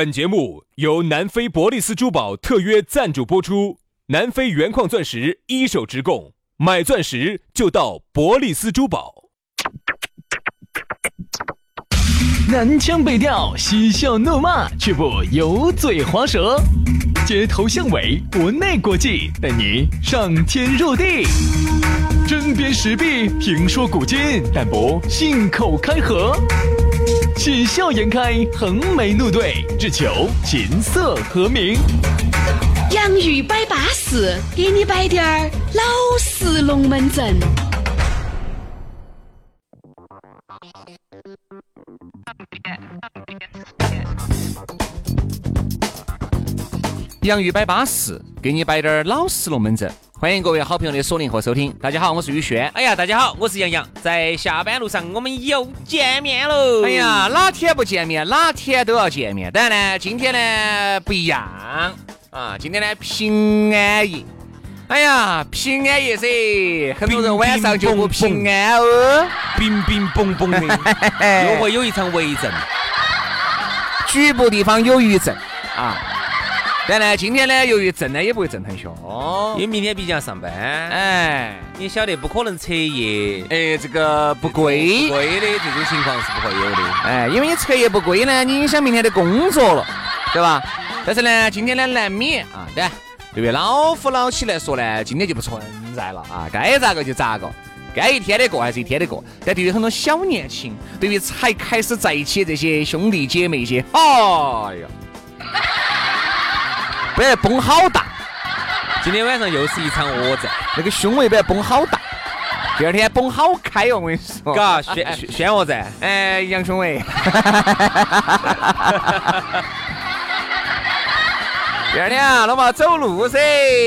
本节目由南非伯利斯珠宝特约赞助播出，南非原矿钻石一手直供，买钻石就到伯利斯珠宝。 南腔北调，嬉笑怒骂，却不油嘴滑舌，街头巷尾，国内国际，带你上天入地，针砭时弊，评说古今，但不信口开河，喜笑颜开，横眉怒对，只求琴瑟和鸣。 洋芋摆巴士，给你摆点儿老式龙门阵。 洋芋摆巴士，给你摆点老实龙门阵。欢迎各位好朋友的锁定和收听。大家好，我是宇轩。 哎呀，大家好，我是杨洋。在下班路上，我们又见面喽。 哎呀，哪天不见面，哪天都要见面。当然呢，今天呢不一样啊，今天呢平安夜。哎呀，平安夜噻，很多人晚上就不平安哦， 冰冰嘣嘣的，又会有一场围阵， 局部地方有余震啊。但呢，今天呢，由于震呢也不会震很凶， 因为明天毕竟要上班。 哎， 你晓得不可能彻夜， 这个不归的这种情况是不会有的。 哎，因为你彻夜不归呢，你影响明天的工作了，对吧？但是呢，今天呢难免啊，对于老夫老妻来说呢，今天就不存在了啊，该咋个就咋个。该一天的过还是一天的过，但对于很多小年轻，对于才开始在一起这些兄弟姐妹些，哎呀，不要崩好大！ 今天晚上又是一场恶战， 那个胸围不要崩好大，第二天崩好开哦！我跟你说， 嘎，宣恶战， 杨胸围。第二天啊，老妈走路噻，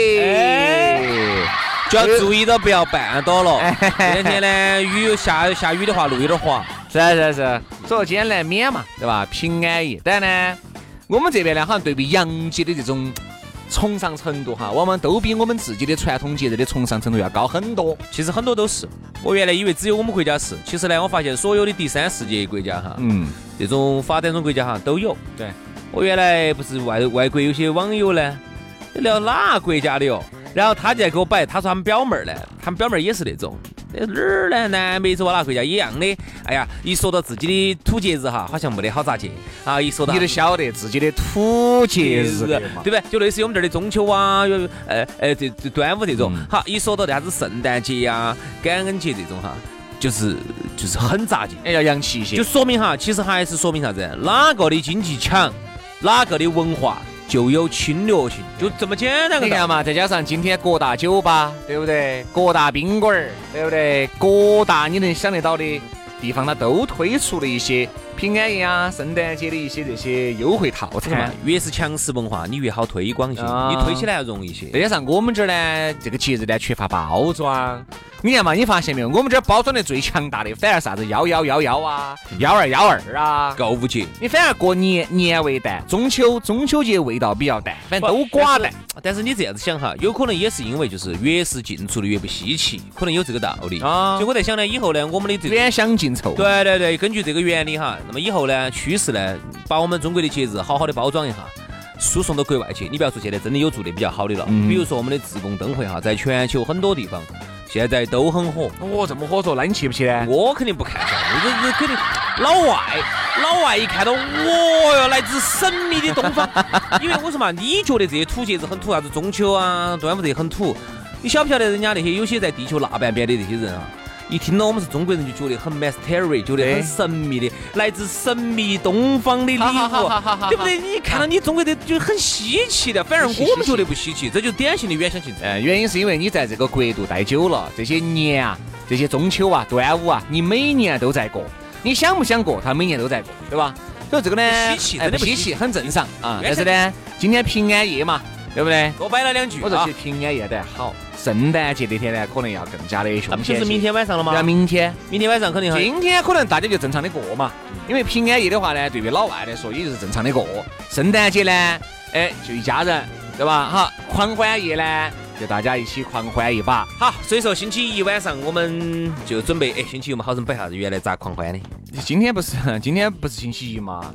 就要注意到不要绊倒了。这两天呢，下雨的话，路有点滑。 是，所以今天难免嘛，对吧？平安夜。当然呢，我们这边呢，好像对比洋节的这种崇尚程度哈，往往都比我们自己的传统节日的崇尚程度要高很多。 其实很多都是，我原来以为只有我们国家是，其实呢，我发现所有的第三世界国家哈，这种发展中国家哈都有。 对。 我原来不是外国有些网友呢聊哪国家的哦，然后他就在给我摆，他说他们表妹儿呢，他们表妹儿也是那种哪儿呢，南美洲哪个国家一样的。哎呀，一说到自己的土节日哈，好像没得好咋节啊。一说到你都晓得自己的土节日对不对？就类似于我们这儿的中秋啊，这端午这种。好，一说到啥子圣诞节呀、感恩节这种哈，就是很咋节， 要洋气一些。 就说明哈，其实还是说明啥子？哪个的经济强？哪个的文化就有侵略性，就这么简单。 你看嘛，再加上今天各大酒吧，对不对？各大宾馆，对不对？各大你能想得到的地方，它都推出了一些平安夜啊、圣诞节的一些这些优惠套餐。 越是强势文化，你越好推广一些，你推起来容易一些。 再加上我们这儿呢，这个节日呢缺乏包装。你看嘛，你发现没有？我们这儿包装的最强大的，反而啥子1111啊、1212啊， 购物节。 你反而过年味淡，中秋节味道比较淡，反正都寡淡。 但是你这样子想哈，有可能也是因为就是越是进出的越不稀奇，可能有这个道理啊。所以我在想呢，以后呢，我们的这远香近臭。 对，根据这个原理哈，那么以后呢，趋势呢，把我们中国的节日好好的包装一下。输送到国外去，你不要说现在真的有做的比较好的了，比如说我们的自贡灯会哈，在全球很多地方现在都很火。 这么火做，那你去不去呢？ 我肯定不看噻，这肯定老外一看到我哟，来自神秘的东方。因为为什么你觉得这些土节日很土，啥子中秋啊、端午这些很土？你晓不晓得人家那些有些在地球那半边的这些人啊？一听到我们是中国人就觉得很 mystery， 觉得很神秘的，来自神秘东方的礼物，对不对？你看到你中国的就很稀奇的，反而我们觉得不稀奇，这就是典型的远香近臭。 原因是因为你在这个国度待久了，这些年啊，这些中秋啊、端午啊，你每年都在过，你想不想过，他每年都在过，对吧？所以这个呢，不稀奇，很正常啊。但是呢，今天平安夜嘛，对不对？ 多摆了两句， 我说其实平安夜的好。圣诞节那天呢，可能要更加的凶险。 不是明天晚上了吗？ 对啊，明天晚上肯定。 今天可能大家就正常的过嘛，因为平安夜的话呢，对于老外来说也就是正常的过。圣诞节呢，就一家人，对吧？好，狂欢夜呢，就大家一起狂欢一把。 好，所以说星期一晚上我们就准备，星期一我们好生摆下子原来咋狂欢的？ 今天不是星期一吗？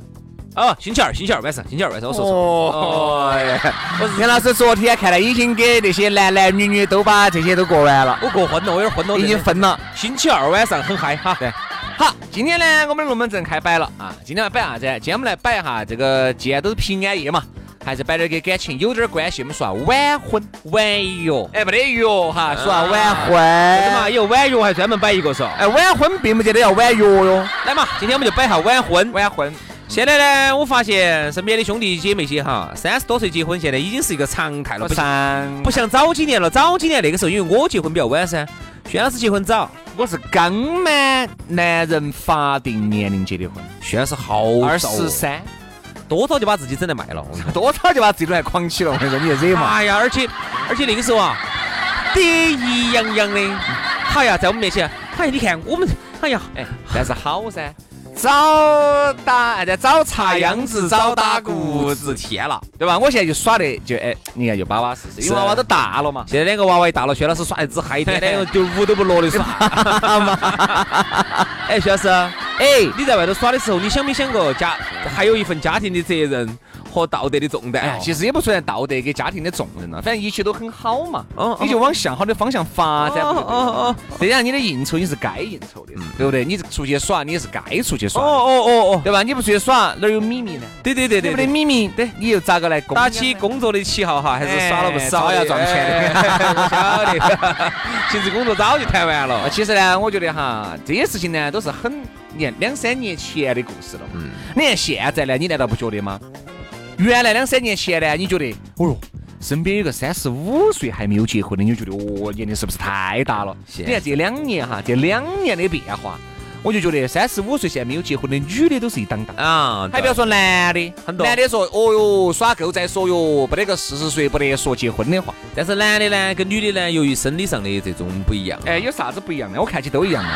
哦，星期二晚上，我说错。 哦，杨老师昨天看来已经给那些男男女女都把这些都过完了。 我过分了，我有点昏了， 已经分了。 星期二晚上很嗨哈。 对。好，今天呢，我们的龙门阵开摆了啊！今天要摆啥子？今天我们来摆一下这个，既然都是平安夜嘛，还是摆点跟感情有点关系。我们说晚婚、 晚约， 没得约哈，说晚婚。 为什么有晚约还专门摆一个说？ 晚婚并不见得要晚约哟。 来嘛，今天我们就摆一下晚婚。 晚婚。 现在呢，我发现身边的兄弟姐妹些哈，30多岁结婚，现在已经是一个常态了。不像早几年了，早几年那个时候，因为我结婚比较晚噻，薛老师结婚早。 我是刚满男人法定年龄结的婚， 薛老师好早 ，23， 多早就把自己整得卖了， 多早就把自己都来狂起了，我跟你说，你惹嘛？ 哎呀，而且那个时候啊，得意洋洋的，哎呀，在我们面前，哎，你看我们，哎呀， 但是好噻。找茶样子，找打谷子， 天了， 对吧？我现在就耍的就你看就巴巴适适，因为娃娃都大了嘛。 现在2个娃娃一大了，薛老师耍的只嗨一天的，就屋都不落的耍。薛老师，你在外头耍的时候，你想没想过还有一份家庭的责任和道德的重担？ 其实也不存在道德跟家庭的重任了，反正一切都很好嘛。你就往向好的方向发展。这样你的应酬你是该应酬的，对不对？你出去耍你也是该出去耍。对吧？你不出去耍哪有秘密呢？ 对， 没得秘密，对，你又咋个来打起工作的旗号哈？还是耍了不少要赚钱的。 我晓得，其实工作早就谈完了。 其实呢，我觉得哈，这些事情呢都是很2-3年前的故事了。你看现在呢，你难道不觉得吗？原来2-3年前呢，你觉得，身边有个35岁还没有结婚的，你就觉得年龄是不是太大了？你看这2年哈，这2年的变化，我就觉得35岁现在没有结婚的女的都是一档档啊，还不要说男的，很多男的说耍够再说哟，不得个40岁不得说结婚的话。 但是男的呢跟女的呢，由于生理上的这种不一样， 有啥子不一样呢？我看起都一样的，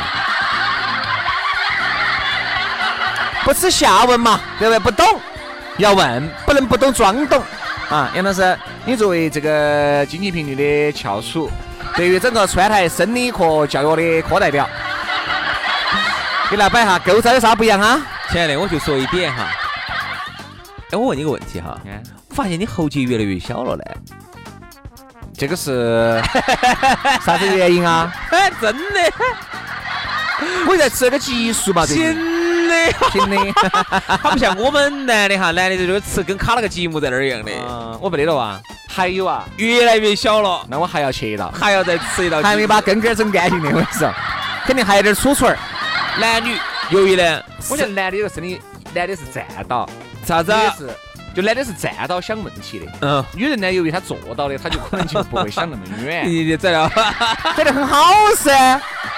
不耻下问嘛，对不对？不懂要问，不能不懂装懂啊！杨老师，你作为这个经济频率的翘楚，对于整个川台生理科教育的科代表，给大家摆一下构造有啥不一样啊？ 亲爱的，我就说一点哈。我问你个问题哈，我发现你喉结越来越小了呢， 这个是啥子原因啊？ 真的， 我在吃个激素嘛，行的， 他不像我们男的哈，男的这个吃跟卡了个积木在那儿一样的。 我没得了啊，还有啊， 越来越小了， 那我还要切一道， 还要再吃一道， 还没把根根整干净的，我跟你说，肯定还有点储存。 男女由于呢， 我觉得男的有个生理，男的是站到啥子？ 就男的是站到想问题的，女人呢，由于她坐到的，她就可能就不会想那么远。 你这了， 这得很好噻。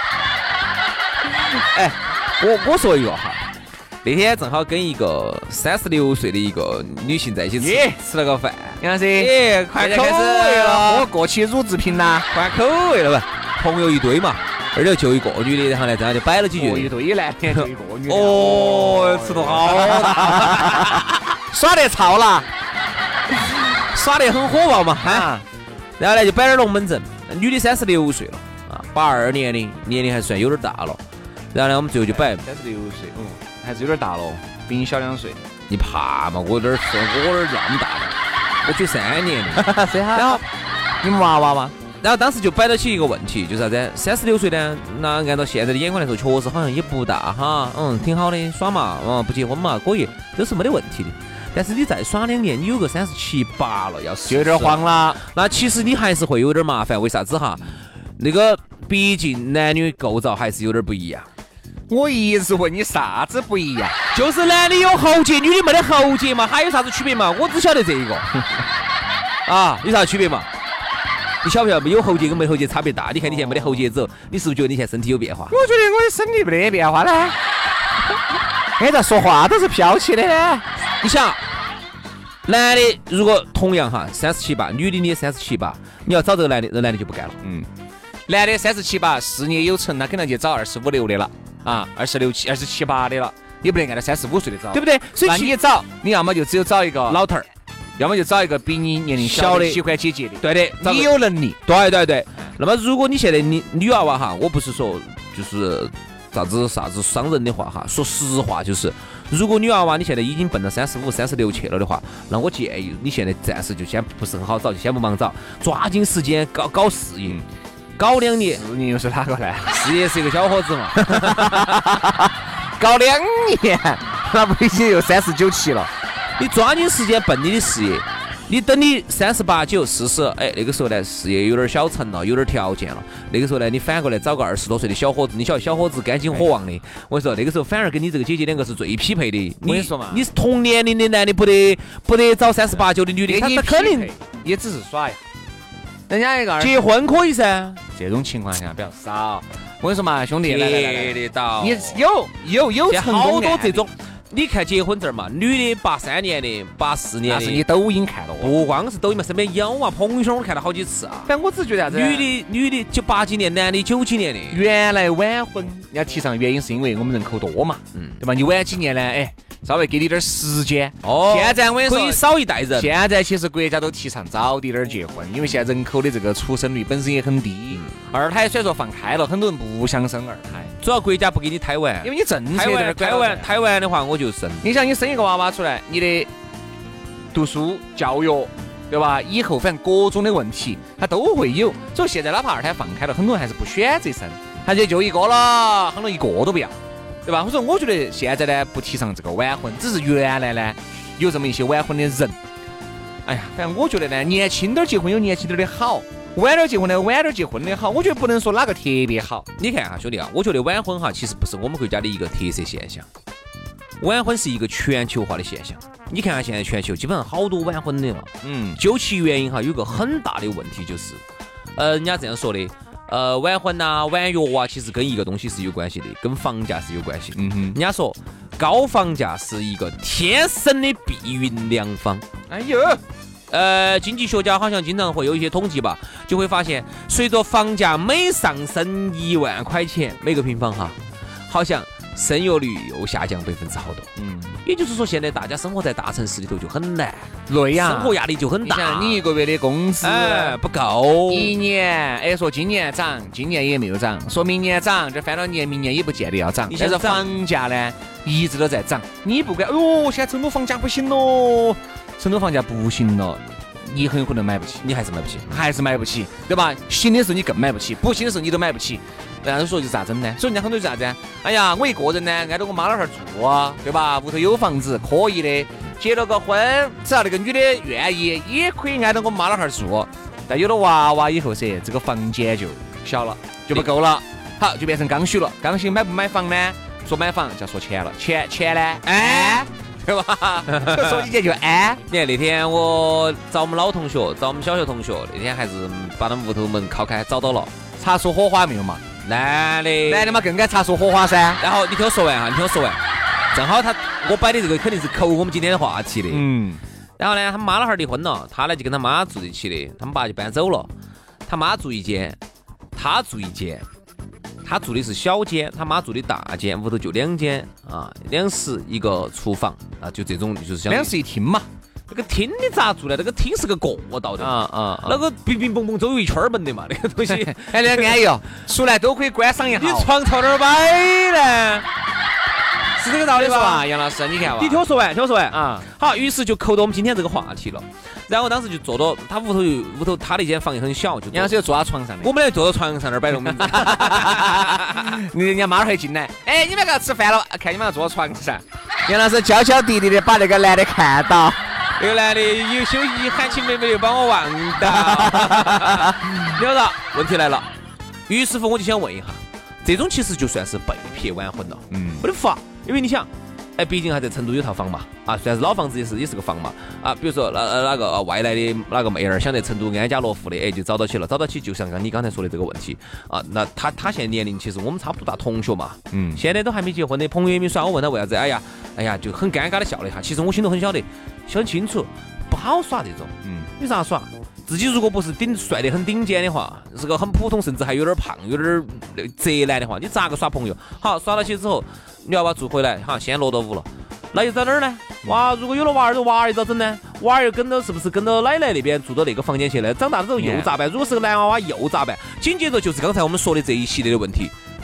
我说一个哈，那天正好跟一个36岁的一个女性在一起吃了个饭， 杨老师， 快口味了， 喝过期乳制品啦， 换口味了吧？朋友一堆嘛，而且就一个女的，然后呢，这样就摆了几句。 一堆男的就一个女的。吃得好大， 耍得操了， 耍得很火爆嘛哈。然后呢，就摆点龙门阵，女的36岁了啊，82年龄，年龄还算有点大了。然后呢，我们最后就摆36岁， 还是有点大了，比你小2岁。 你怕嘛？我这儿那么大的，我93年的。然后你们娃娃吗？ 然后当时就摆到起一个问题，就是啥子？36岁呢？那按照现在的眼光来说，确实好像也不大哈，挺好的，耍嘛，不结婚嘛，可以，都是没得问题的。但是你再耍2年，你有个37、8了，要是有点慌了， 那其实你还是会有点麻烦。为啥子哈？那个毕竟男女构造还是有点不一样。 我一直问你啥子不一样？ 就是男的有喉结，女的没得喉结嘛，还有啥子区别嘛？我只晓得这一个啊，有啥区别嘛？你晓不晓得有喉结跟没喉结差别大？你看你现在没得喉结之后，你是不是觉得你现在身体有变化？ 我觉得我的身体没得变化呢。这说话都是飘起的。 你想，男的如果同样哈37、8，女的你也37、8，你要找这个男的，那男的就不干了。 男的37、8，事业有成，那可能就找25、6的了啊，26、27、8的了，你不能按照35岁的找， 对不对？所以那你也找，你要么就只有找一个老头儿， 要么就找一个比你年龄小的喜欢姐姐的。 对的， 你有能力。 对。那么如果你现在女娃娃哈，我不是说就是啥子伤人的话哈，说实话就是， 如果女娃娃你现在已经奔到35、36去了的话，那我建议你现在暂时就先不是很好找，就先不忙找，抓紧时间搞事业，搞2年。 4年又是哪个呢？ 事业是一个小伙子嘛， 搞2年，那不已经有39、7了？ 你抓紧时间奔你的事业。你等你38、9、40，哎，那个时候呢，事业有点小成了，有点条件了。那个时候呢，你反过来找个20多岁的小伙子，你晓得小伙子干劲火旺的，我跟你说，那个时候反而跟你这个姐姐两个是最匹配的。 我跟你说嘛， 你是同年龄的男的，不得找38、9的女的，他肯定也只是耍呀。人家一个结婚可以噻， 这种情况下比较少。我跟你说嘛，兄弟，来， 得到。 你有成功好多这种。你看结婚证嘛，女的83年的、84年的， 那是你抖音看到我， 不光是抖音嘛，身边有啊，朋友圈我看了好几次啊。 但我只觉得啥子？ 女的就80几年，男的90几年的。 原来晚婚要提倡原因是因为我们人口多嘛，对吧？你晚几年呢？哎，稍微给你点时间。 哦， 现在我跟你说， 可以少一代人。 现在其实国家都提倡早点结婚，因为现在人口的这个出生率本身也很低。二胎虽然说放开了，很多人不想生二胎， 主要国家不给你胎完， 因为你政策在胎完的话我就生。 你想你生一个娃娃出来，你的读书教育，对吧？以后反正各种的问题它都会有，所以现在哪怕二胎放开了，很多人还是不选择生，而且就一个了，很多一个都不要，对吧？或者我觉得现在呢不提倡这个晚婚，只是原来呢有这么一些晚婚的人。哎呀，反正我觉得呢，年轻点结婚有年轻点的好，晚点结婚呢晚点结婚的好，我觉得不能说哪个特别好。 你看哈，兄弟啊，我觉得晚婚哈其实不是我们国家的一个特色现象，晚婚是一个全球化的现象。你看现在全球基本上好多晚婚的了。究其原因哈，有个很大的问题就是，人家这样说的，晚婚啊、晚育啊，其实跟一个东西是有关系的，跟房价是有关系的。人家说高房价是一个天生的避孕良方。 哎呦。 经济学家好像经常会有一些统计吧，就会发现，随着房价每上升1万块钱每个平方哈，好像生育率又下降好多。也就是说，现在大家生活在大城市里头就很难， 累呀， 生活压力就很大。 你一个月的工资不够， 一年说今年涨，今年也没有涨，说明年涨，这翻了年，明年也不见得要涨。但是房价呢，一直都在涨。你不管，现在成都房价不行喽。成都房价不行了，你很有可能买不起， 你还是买不起，对吧？行的时候你更买不起，不行的时候你都买不起。那说就是咋整呢？所以人家很多就是啥子？哎呀，我一个人呢，挨到我妈那儿住啊，对吧？屋头有房子可以的，结了个婚，只要那个女的愿意，也可以挨到我妈那儿住。但有了娃娃以后噻，这个房间就小了，就不够了，好，就变成刚需了。刚需买不买房呢？说买房就要说钱了，钱呢？对吧？说起就你看那天我找我们老同学，找我们小学同学，那天还是把他们屋头门敲开，找到了。 擦出火花没有嘛？ 男的嘛更该擦出火花噻。 然后你听我说完。正好我摆的这个肯定是扣我们今天的话题的。然后呢，他妈老汉儿离婚了，他呢就跟他妈住一起的，他们爸就搬走了。他妈住一间，他住一间。他住的是小间，他妈住的大间，屋头就2间啊，2室一个厨房啊，就这种就是像 2室一厅嘛。 那个厅你咋住呢？那个厅是个过道的那个冰冰蹦蹦周围一圈门的嘛，那个东西还那安逸，出来都可以观赏一下。 你床朝哪儿摆呢？是这个道理吧？ 杨老师，你看吧， 你听我说完啊。好，于是就扣到我们今天这个话题了。然后当时就坐到他屋头，他那间房也很小，就杨老师就坐到床上的， 我们俩坐到床上那儿摆龙门阵。 人家妈儿还进来，哎，你们要吃饭了？看你们要坐床上。杨老师娇娇滴滴的把那个男的看到， 那个男的有休息喊起妹妹又把我忘到。你知道问题来了，于是乎我就想问一下，这种其实就算是被撇晚婚了，没得法，因为你想。毕竟还在成都有套房嘛，虽然是老房子也是个房嘛，比如说那个外来的那个妹儿想在成都安家乐福的，就找到起了，找到起就像你刚才说的这个问题那他现在年龄其实我们差不多大同学嘛，现在都还没结婚的朋友也没耍，我问他为啥子，哎呀就很尴尬的笑了一下，其实我心头很晓得，很清楚，不好耍这种，你咋耍？自己如果不是帅得很顶尖的话，是个很普通，甚至还有点胖，有点贼男的话，你咋个耍朋友？好，耍了起之后，你要把住回来，先落到屋了，那又在哪儿呢？哇，如果有了娃儿，这娃儿又咋整呢？娃儿又跟到是不是跟到奶奶那边住到那个房间去呢？长大之后又咋办？如果是个男娃娃又咋办？紧接着就是刚才我们说的这一系列的问题，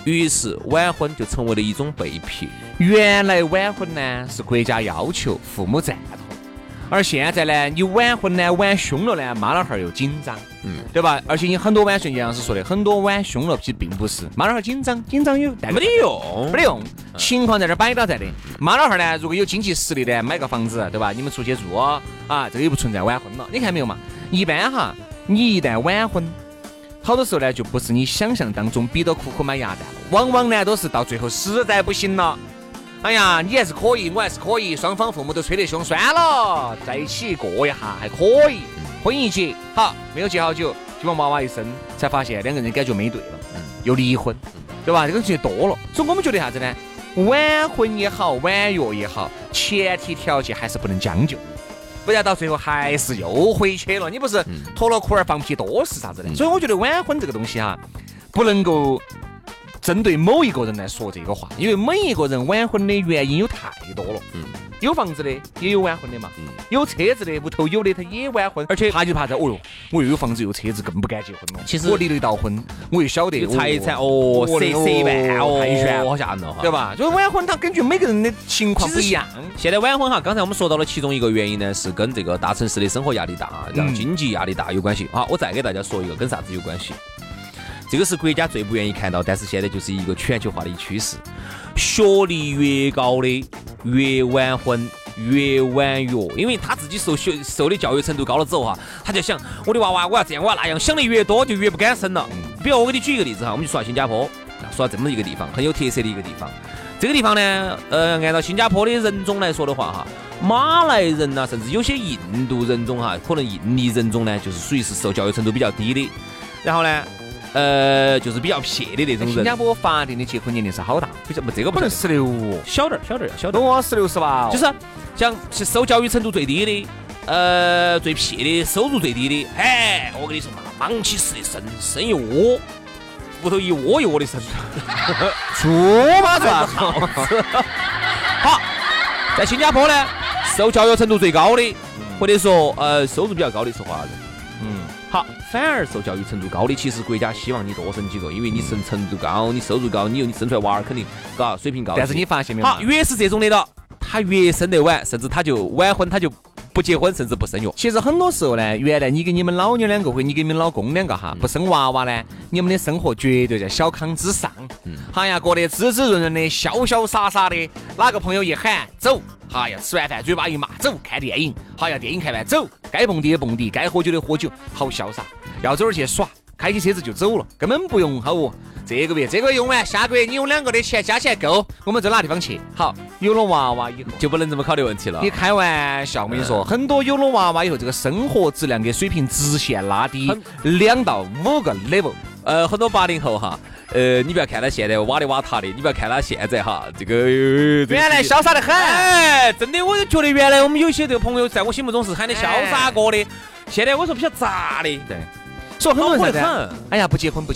于是晚婚就成为了一种被迫。 原来晚婚呢是国家要求，父母赞同，而现在呢，你晚婚呢晚凶了呢，妈老汉儿又紧张，对吧？而且你很多晚凶，杨老师说的，很多晚凶了，其实并不是妈老汉儿紧张有没得用， 没得用。情况在这儿摆到在的，妈老汉儿呢，如果有经济实力的，买个房子，对吧？你们出去住啊，这个也不存在晚婚了。你看没有嘛？一般哈，你一旦晚婚，好多时候呢，就不是你想象当中逼得苦苦买鸭蛋了，往往呢都是到最后实在不行了。哎呀，你还是可以，我还是可以，双方父母都催得凶，算了，在一起过一下还可以。婚一结，好，没有结好久，希望娃娃一生，才发现两个人感觉没对了，又离婚，对吧？这个事情多了，所以我们觉得啥子呢？晚婚也好，晚约也好，前提条件还是不能将就，不然到最后还是又回去了。你不是脱了裤儿放屁多是啥子的？所以我觉得晚婚这个东西哈，不能够针对某一个人来说这个话，因为每一个人晚婚的原因有太多了。有房子的也有晚婚的嘛，有车子的屋头有的他也晚婚，而且怕就怕在哦哟，我又有房子又有车子，更不敢结婚了。其实我离了一道婚，我又晓得财产10万太悬，好吓人了哈， 对吧？就是晚婚，它根据每个人的情况不一样。 现在晚婚哈，刚才我们说到了其中一个原因呢，是跟这个大城市的生活压力大，然后经济压力大有关系。好，我再给大家说一个跟啥子有关系。这个是国家最不愿意看到，但是现在就是一个全球化的趋势。学历越高的越晚婚，越晚约，因为他自己受的教育程度高了之后哈，他就想我的娃娃我要这样我要那样，想的越多就越不敢生了。比如我给你举一个例子哈，我们就说新加坡，说这么一个地方很有特色的一个地方。这个地方呢，按照新加坡的人种来说的话哈，马来人呐，甚至有些印度人种哈，可能印尼人种呢，就是属于是受教育程度比较低的。然后呢，就是比较撇的那种人。 新加坡法定的结婚年龄是好大？ 这个不能 16， 小点儿。 多16、18， 就是像受教育程度最低的，最撇的，收入最低的，哎，我跟你说嘛，忙起事的生一窝，屋头一窝一窝的生， 猪嘛子。 好，在新加坡呢，受教育程度最高的，或者说收入比较高的是华人。好，反而受教育程度高的，其实国家希望你多生几个，因为你程度高，你收入高，你生出来娃儿肯定高，水平高。 但是你发现没有？ 好，越是这种的了，他越生得晚，甚至他就晚婚，他就不结婚，甚至不生育。 其实很多时候呢，原来你跟你们老娘两个，或你跟你们老公两个哈，不生娃娃呢，你们的生活绝对在小康之上。好呀，过得滋滋润润的，潇潇洒洒的，哪个朋友一喊走，好呀，吃完饭嘴巴一麻，走看电影，好呀，电影看完走，该蹦迪的蹦迪，该喝酒的喝酒，好潇洒。要走而去耍，开起车子就走了，根本不用好哦。这个月用完，下个月你有2个的钱加起来够，我们走哪地方去？好，有了娃娃以后就不能这么考虑问题了。 你开玩笑，我跟你说，很多有了娃娃以后，这个生活质量的水平直线拉低2到5个 level。 很多80后哈，你不要看他现在瓦里瓦塔的，你不要看他现在哈，这个原来潇洒得很。 哎，真的，我就觉得原来我们有些这个朋友在我心目中是喊的潇洒过的，现在我说比较杂的。 对。说很多人在哎呀，不结婚，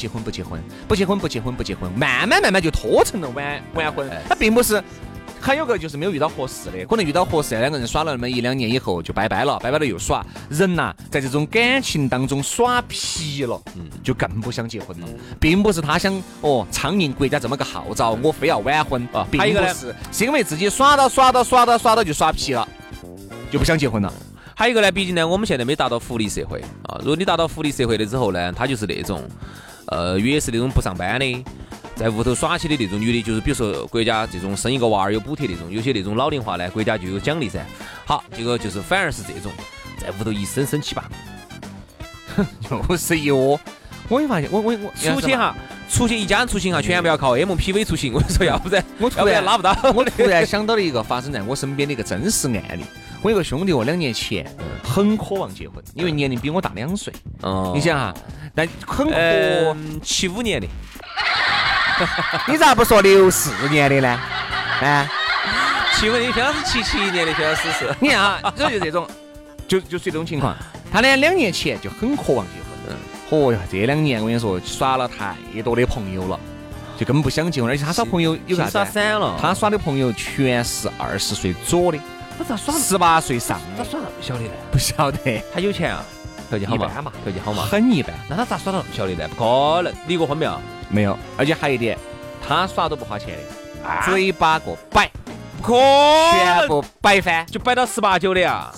慢慢就拖成了晚婚。他并不是，还有个就是没有遇到合适的，可能遇到合适的，2个人耍了那么1-2年以后就拜拜了又耍。人呐，在这种感情当中耍皮了，就更不想结婚了。并不是他想苍蝇国家这么个号召，我非要晚婚啊，并不是，是因为自己耍到就耍皮了，就不想结婚了。 还有一个呢，毕竟呢，我们现在没达到福利社会啊。如果你达到福利社会了之后呢，他就是那种，越是那种不上班的，在屋头耍起的那种女的，就是比如说国家这种生一个娃儿有补贴那种，有些那种老龄化呢，国家就有奖励噻。好，这个就是反而是这种，在屋头一生7-8个， 又是一窝。我也发现，我出去一家人出行哈，千万不要靠 MPV 出行。我说要不然拉不到。 我突然想到了一个发生在我身边的一个真实案例。我有个兄弟，2年前很渴望结婚，因为年龄比我大2岁。你想哈，但很 75年的， 你咋不说64年的呢 ？75年，偏是77年的，偏是是。 你看啊，就这种，就是这种情况。他呢2年前就很渴望结婚。哟，这2年我跟你说，耍了太多的朋友了，就根本不想结婚。而且他耍朋友有啥子？ 耍散了。 他耍的朋友全是20岁左的。 他咋耍 18岁上？ 他耍那么小的呢？ 不晓得。 他有钱啊？条件好嘛？条件好嘛？ 很一般。 那他咋耍到那么小的呢？不可能。离过婚没有？ 没有。而且还有一点， 他耍都不花钱的，嘴巴个摆， 不可全部摆翻， 就摆到18、9的呀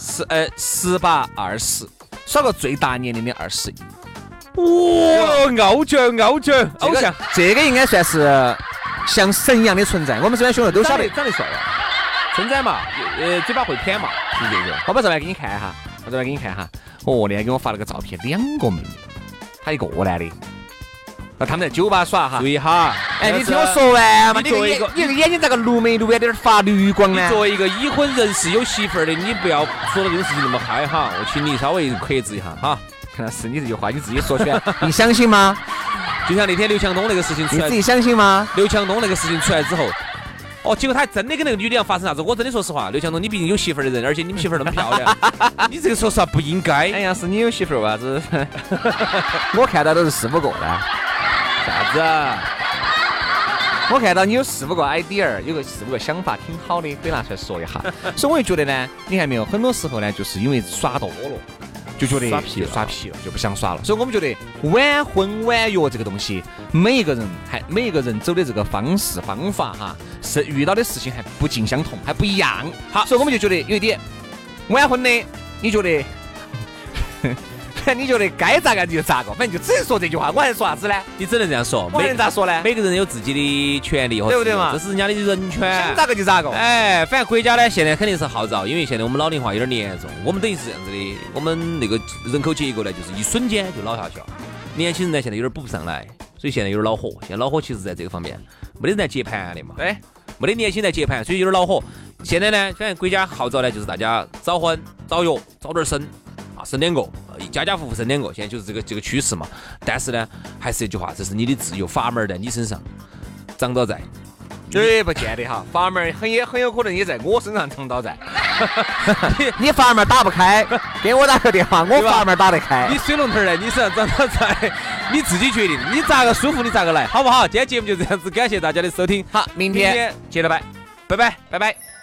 18、20，耍个最大年龄的21。 哇，偶像，偶像， 这个应该算是像神一样的存在。我们这边兄弟都晓得， 长得帅呀，称赞嘛，嘴巴会谝嘛，是这个。 我把照片给你看哈，哦，那天给我发了个照片，2个妹妹，他一个男的。他们在酒吧耍哈， 对哈。 哎，你听我说完嘛，你作为一个眼睛咋个绿眉绿眼点发绿光呢？ 你作为一个已婚人士有媳妇儿的，你不要说的这个事情那么嗨哈，我请你稍微克制一下哈。 看是你这句话你自己说出来，你相信吗？ 就像那天刘强东那个事情出来， 你自己相信吗？ 刘强东那个事情出来之后，哦，结果他真的跟那个女的要发生啥子？我真的说实话，刘强东，你毕竟有媳妇儿的人，而且你们媳妇儿那么漂亮，你这个说实话不应该。 哎呀，是你有媳妇儿为啥子？我看到都是4、5个的。 啥子啊？ 我看到你有4、5个 idea， 有个4、5个想法，挺好的，可以拿出来说一下。所以我就觉得呢，你看没有，很多时候呢，就是因为耍多了，就觉得耍皮了，就不想耍了。所以我们觉得晚婚晚育这个东西，每一个人走的这个方式方法哈，是遇到的事情还不尽相同，还不一样。好，所以我们就觉得有一点晚婚的，你觉得？你觉得该咋个就咋个，反正就只能说这句话。我还说啥子呢？ 你只能这样说。 我能咋说呢？ 每个人有自己的权利和自由， 对不对嘛？ 这是人家的人权， 想咋个就咋个。 哎，反正国家呢现在肯定是号召，因为现在我们老龄化有点严重，我们等于是这样子的，我们那个人口结构呢，就是一瞬间就老下去了。年轻人呢现在有点补不上来，所以现在有点恼火。现在恼火其实在这个方面，没得人在接盘的嘛。 对， 没得年轻人在接盘，所以有点恼火。现在呢，反正国家号召呢，就是大家早婚早育，早点生。生2个，家家户户生2个，现在就是这个趋势嘛。但是呢，还是一句话，这是你的自由，阀门在你身上，长到在。 绝不见得哈，阀门很有可能也在我身上长到在。你阀门打不开，给我打个电话，我阀门打得开。 你水龙头呢，你身上长到在，你自己决定，你咋个舒服你咋个来，好不好？今天节目就这样子，感谢大家的收听。 好，明天接着拜， 拜拜， 拜拜。